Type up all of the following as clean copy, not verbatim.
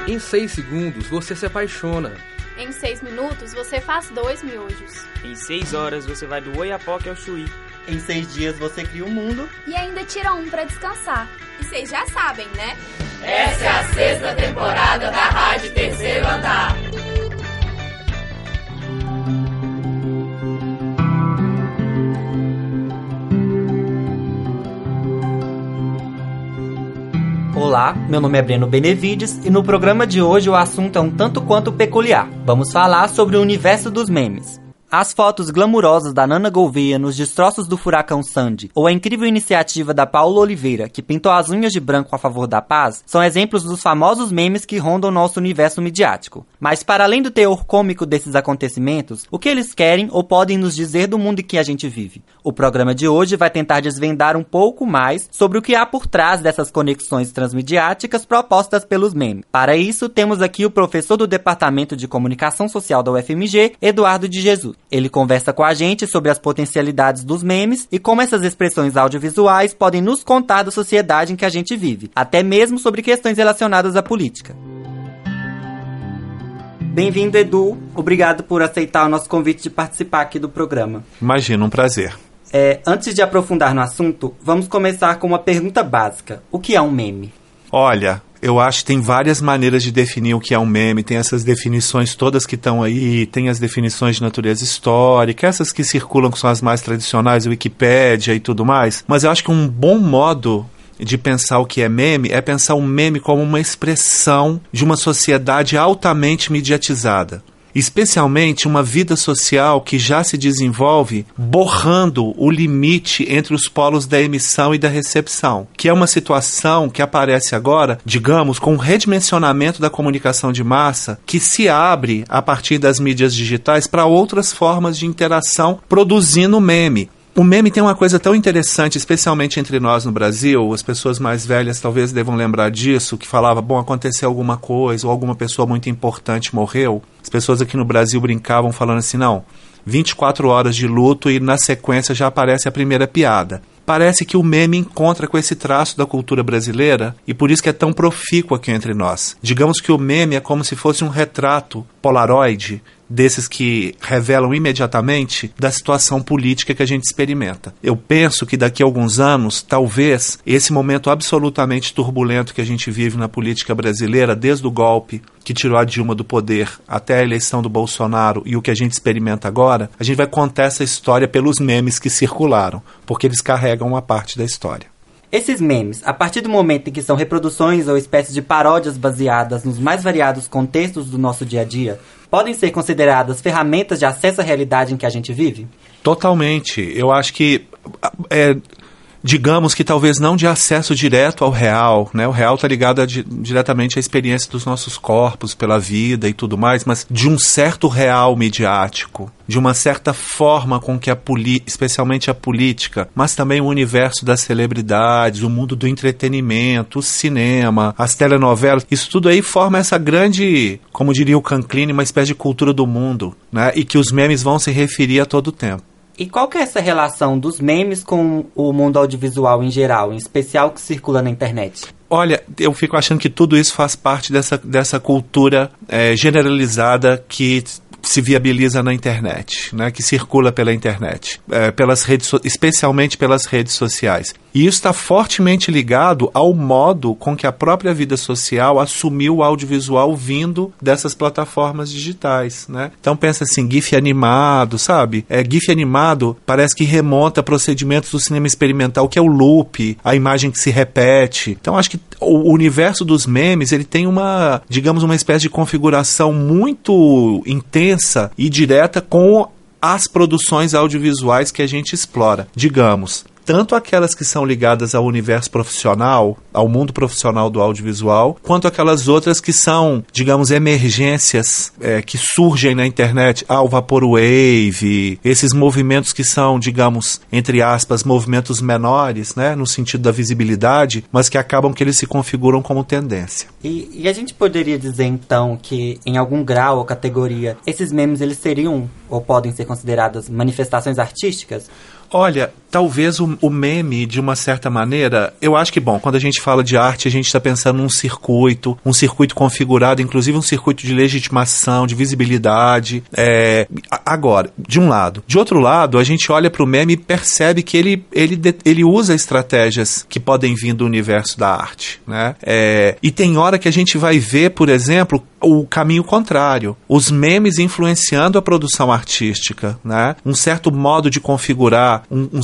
Em 6 segundos, você se apaixona. Em 6 minutos, você faz 2 miojos. Em 6 horas, você vai do Oiapoque ao Chuí. Em 6 dias, você cria um mundo. E ainda tira um pra descansar. E vocês já sabem, né? Essa é a 6ª temporada da Rádio Terceiro Andar. Olá, meu nome é Breno Benevides e no programa de hoje o assunto é um tanto quanto peculiar. Vamos falar sobre o universo dos memes. As fotos glamurosas da Nana Gouveia nos destroços do furacão Sandy, ou a incrível iniciativa da Paula Oliveira, que pintou as unhas de branco a favor da paz, são exemplos dos famosos memes que rondam nosso universo midiático. Mas para além do teor cômico desses acontecimentos, o que eles querem ou podem nos dizer do mundo em que a gente vive? O programa de hoje vai tentar desvendar um pouco mais sobre o que há por trás dessas conexões transmediáticas propostas pelos memes. Para isso, temos aqui o professor do Departamento de Comunicação Social da UFMG, Eduardo de Jesus. Ele conversa com a gente sobre as potencialidades dos memes e como essas expressões audiovisuais podem nos contar da sociedade em que a gente vive, até mesmo sobre questões relacionadas à política. Bem-vindo, Edu. Obrigado por aceitar o nosso convite de participar aqui do programa. Imagina, um prazer. Antes de aprofundar no assunto, vamos começar com uma pergunta básica. O que é um meme? Olha, eu acho que tem várias maneiras de definir o que é um meme. Tem essas definições todas que estão aí, tem as definições de natureza histórica, essas que circulam que são as mais tradicionais, Wikipédia e tudo mais. Mas eu acho que um bom modo de pensar o que é meme é pensar o meme como uma expressão de uma sociedade altamente mediatizada. Especialmente uma vida social que já se desenvolve borrando o limite entre os polos da emissão e da recepção, que é uma situação que aparece agora, digamos, com um redimensionamento da comunicação de massa que se abre a partir das mídias digitais para outras formas de interação produzindo meme. O meme tem uma coisa tão interessante, especialmente entre nós no Brasil, as pessoas mais velhas talvez devam lembrar disso, que falava, aconteceu alguma coisa, ou alguma pessoa muito importante morreu. As pessoas aqui no Brasil brincavam falando assim, 24 horas de luto e na sequência já aparece a primeira piada. Parece que o meme encontra com esse traço da cultura brasileira e por isso que é tão profícuo aqui entre nós. Digamos que o meme é como se fosse um retrato polaroid desses que revelam imediatamente da situação política que a gente experimenta. Eu penso que daqui a alguns anos, talvez, esse momento absolutamente turbulento que a gente vive na política brasileira, desde o golpe que tirou a Dilma do poder até a eleição do Bolsonaro e o que a gente experimenta agora, a gente vai contar essa história pelos memes que circularam, porque eles carregam uma parte da história. Esses memes, a partir do momento em que são reproduções ou espécies de paródias baseadas nos mais variados contextos do nosso dia a dia, podem ser consideradas ferramentas de acesso à realidade em que a gente vive? Totalmente. Eu acho que digamos que talvez não de acesso direto ao real, né? O real está ligado diretamente à experiência dos nossos corpos, pela vida e tudo mais, mas de um certo real midiático, de uma certa forma com que especialmente a política, mas também o universo das celebridades, o mundo do entretenimento, o cinema, as telenovelas, isso tudo aí forma essa grande, como diria o Canclini, uma espécie de cultura do mundo, né? E que os memes vão se referir a todo tempo. E qual que é essa relação dos memes com o mundo audiovisual em geral, em especial que circula na internet? Olha, eu fico achando que tudo isso faz parte dessa cultura generalizada que se viabiliza na internet, né, que circula pela internet, especialmente pelas redes sociais. E isso está fortemente ligado ao modo com que a própria vida social assumiu o audiovisual vindo dessas plataformas digitais, né? Então pensa assim, GIF animado, sabe? GIF animado parece que remonta a procedimentos do cinema experimental, que é o loop, a imagem que se repete. Então acho que o universo dos memes, ele tem uma espécie de configuração muito intensa e direta com as produções audiovisuais que a gente explora. Digamos, tanto aquelas que são ligadas ao universo profissional, ao mundo profissional do audiovisual, quanto aquelas outras que são, digamos, emergências que surgem na internet, o Vaporwave, esses movimentos que são, digamos, entre aspas, movimentos menores, né, no sentido da visibilidade, mas que acabam que eles se configuram como tendência. E a gente poderia dizer, então, que em algum grau ou categoria, esses memes, eles seriam ou podem ser consideradas manifestações artísticas? Olha, talvez o meme, de uma certa maneira, eu acho que, bom, quando a gente fala de arte, a gente está pensando num circuito configurado, inclusive um circuito de legitimação, de visibilidade. Agora, de um lado. De outro lado, a gente olha para o meme e percebe que ele usa estratégias que podem vir do universo da arte, né? E tem hora que a gente vai ver, por exemplo, o caminho contrário. Os memes influenciando a produção artística, né? Um certo modo de configurar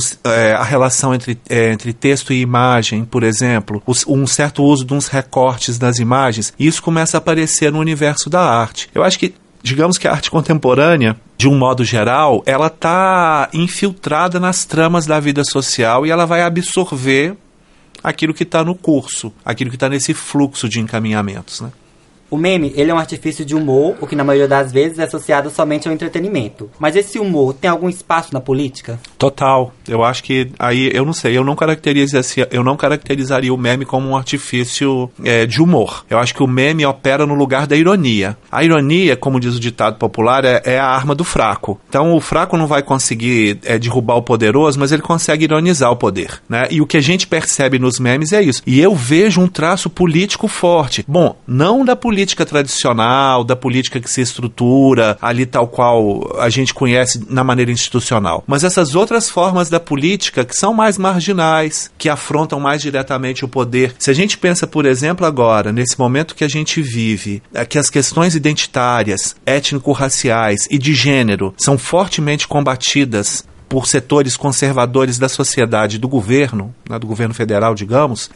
a relação entre texto e imagem, por exemplo, um certo uso de uns recortes das imagens, e isso começa a aparecer no universo da arte. Eu acho que, digamos que a arte contemporânea, de um modo geral, ela está infiltrada nas tramas da vida social e ela vai absorver aquilo que está no curso, aquilo que está nesse fluxo de encaminhamentos, né? O meme, ele é um artifício de humor, o que na maioria das vezes é associado somente ao entretenimento. Mas esse humor tem algum espaço na política? Total. Eu acho que aí, eu não sei, eu não caracterizaria o meme como um artifício de humor. Eu acho que o meme opera no lugar da ironia. A ironia, como diz o ditado popular, é a arma do fraco. Então o fraco não vai conseguir derrubar o poderoso, mas ele consegue ironizar o poder, né? E o que a gente percebe nos memes é isso. E eu vejo um traço político forte. Bom, não da política tradicional, da política que se estrutura ali tal qual a gente conhece na maneira institucional. Mas essas outras formas da política que são mais marginais, que afrontam mais diretamente o poder. Se a gente pensa, por exemplo, agora, nesse momento que a gente vive, que as questões identitárias, étnico-raciais e de gênero são fortemente combatidas por setores conservadores da sociedade, do governo, né, do governo federal, digamos,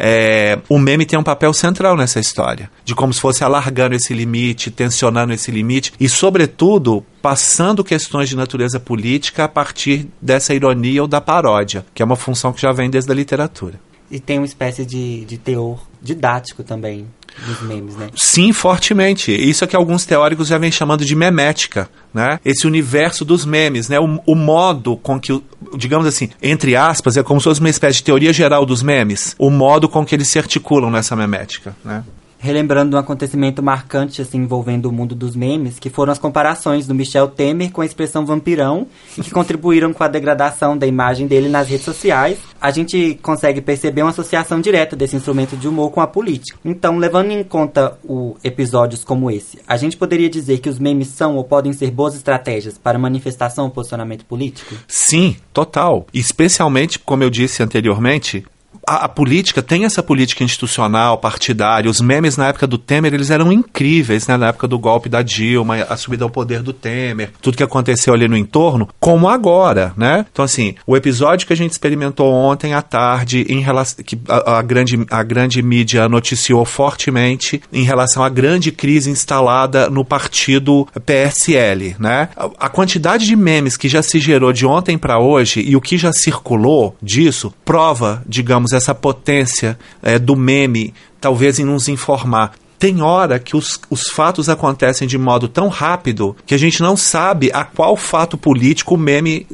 o meme tem um papel central nessa história, de como se fosse alargando esse limite, tensionando esse limite e, sobretudo, passando questões de natureza política a partir dessa ironia ou da paródia, que é uma função que já vem desde a literatura. E tem uma espécie de teor didático também dos memes, né? Sim, fortemente. Isso é que alguns teóricos já vêm chamando de memética, né? Esse universo dos memes, né? O modo com que, digamos assim, entre aspas, é como se fosse uma espécie de teoria geral dos memes, o modo com que eles se articulam nessa memética, né? Relembrando um acontecimento marcante assim, envolvendo o mundo dos memes, que foram as comparações do Michel Temer com a expressão vampirão, que contribuíram com a degradação da imagem dele nas redes sociais. A gente consegue perceber uma associação direta desse instrumento de humor com a política. Então, levando em conta episódios como esse, a gente poderia dizer que os memes são ou podem ser boas estratégias para manifestação ou posicionamento político? Sim, total. Especialmente, como eu disse anteriormente, a política tem essa política institucional, partidária. Os memes na época do Temer, eles eram incríveis, né? Na época do golpe da Dilma, a subida ao poder do Temer, tudo que aconteceu ali no entorno, como agora, né? Então, assim, o episódio que a gente experimentou ontem à tarde, em relação, que a grande mídia noticiou fortemente em relação à grande crise instalada no partido PSL, né? A quantidade de memes que já se gerou de ontem para hoje e o que já circulou disso prova, digamos, essa potência do meme, talvez em nos informar. Tem hora que os fatos acontecem de modo tão rápido que a gente não sabe a qual fato político o meme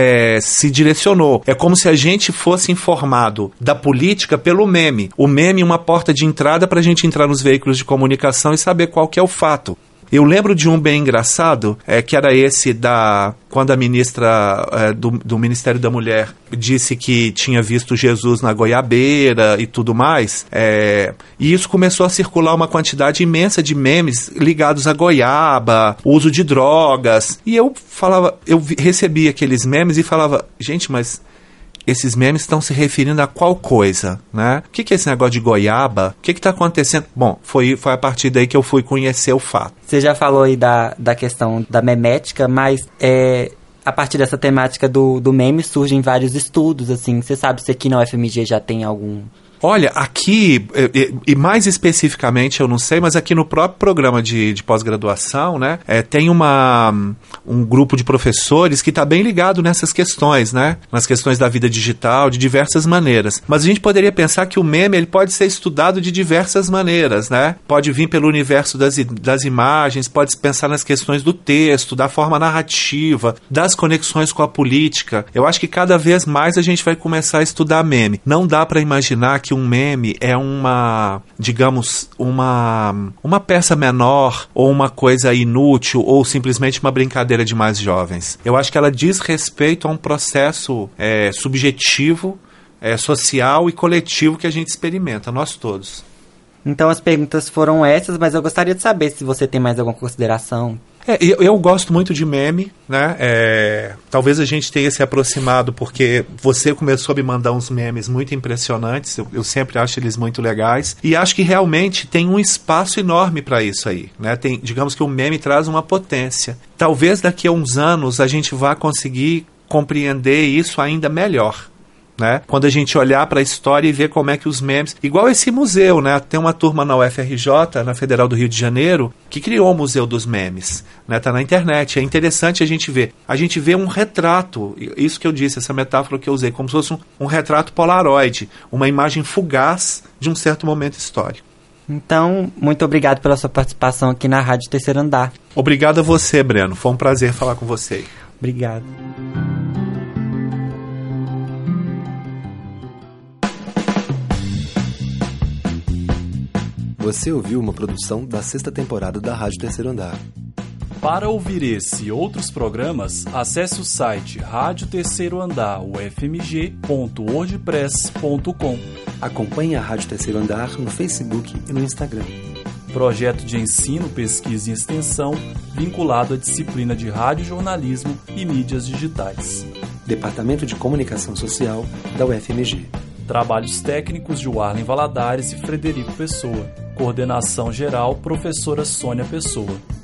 se direcionou. É como se a gente fosse informado da política pelo meme. O meme é uma porta de entrada para a gente entrar nos veículos de comunicação e saber qual que é o fato. Eu lembro de um bem engraçado, que era esse quando a ministra do Ministério da Mulher disse que tinha visto Jesus na goiabeira e tudo mais, e isso começou a circular uma quantidade imensa de memes ligados a goiaba, uso de drogas, e eu recebia aqueles memes e falava, gente, mas esses memes estão se referindo a qual coisa, né? O que é esse negócio de goiaba? O que está acontecendo? Bom, foi a partir daí que eu fui conhecer o fato. Você já falou aí da questão da memética, mas a partir dessa temática do meme surgem vários estudos, assim. Você sabe se aqui na UFMG já tem algum... Olha, aqui, e mais especificamente eu não sei, mas aqui no próprio programa de pós-graduação, né, tem um grupo de professores que está bem ligado nessas questões, né, nas questões da vida digital, de diversas maneiras. Mas a gente poderia pensar que o meme ele pode ser estudado de diversas maneiras, né, pode vir pelo universo das imagens, pode se pensar nas questões do texto, da forma narrativa, das conexões com a política. Eu acho que cada vez mais a gente vai começar a estudar meme. Não dá para imaginar que um meme é uma, digamos, uma peça menor ou uma coisa inútil ou simplesmente uma brincadeira de mais jovens. Eu acho que ela diz respeito a um processo subjetivo, social e coletivo que a gente experimenta, nós todos. Então as perguntas foram essas, mas eu gostaria de saber se você tem mais alguma consideração. Eu gosto muito de meme, né? Talvez a gente tenha se aproximado porque você começou a me mandar uns memes muito impressionantes, eu sempre acho eles muito legais, e acho que realmente tem um espaço enorme para isso aí, né? Digamos que o meme traz uma potência. Talvez daqui a uns anos a gente vá conseguir compreender isso ainda melhor, né? Quando a gente olhar para a história e ver como é que os memes... Igual esse museu, né? Tem uma turma na UFRJ, na Federal do Rio de Janeiro, que criou o Museu dos Memes, né? Tá na internet. É interessante a gente ver. A gente vê um retrato, isso que eu disse, essa metáfora que eu usei, como se fosse um retrato polaroid, uma imagem fugaz de um certo momento histórico. Então, muito obrigado pela sua participação aqui na Rádio Terceiro Andar. Obrigado a você, Breno. Foi um prazer falar com você. Obrigado. Você ouviu uma produção da 6ª temporada da Rádio Terceiro Andar. Para ouvir esse e outros programas, acesse o site Rádio Terceiro Andar, ufmg.wordpress.com. Acompanhe a Rádio Terceiro Andar no Facebook e no Instagram. Projeto de ensino, pesquisa e extensão vinculado à disciplina de radiojornalismo e mídias digitais. Departamento de Comunicação Social da UFMG. Trabalhos técnicos de Warlen Valadares e Frederico Pessoa. Coordenação geral, professora Sônia Pessoa.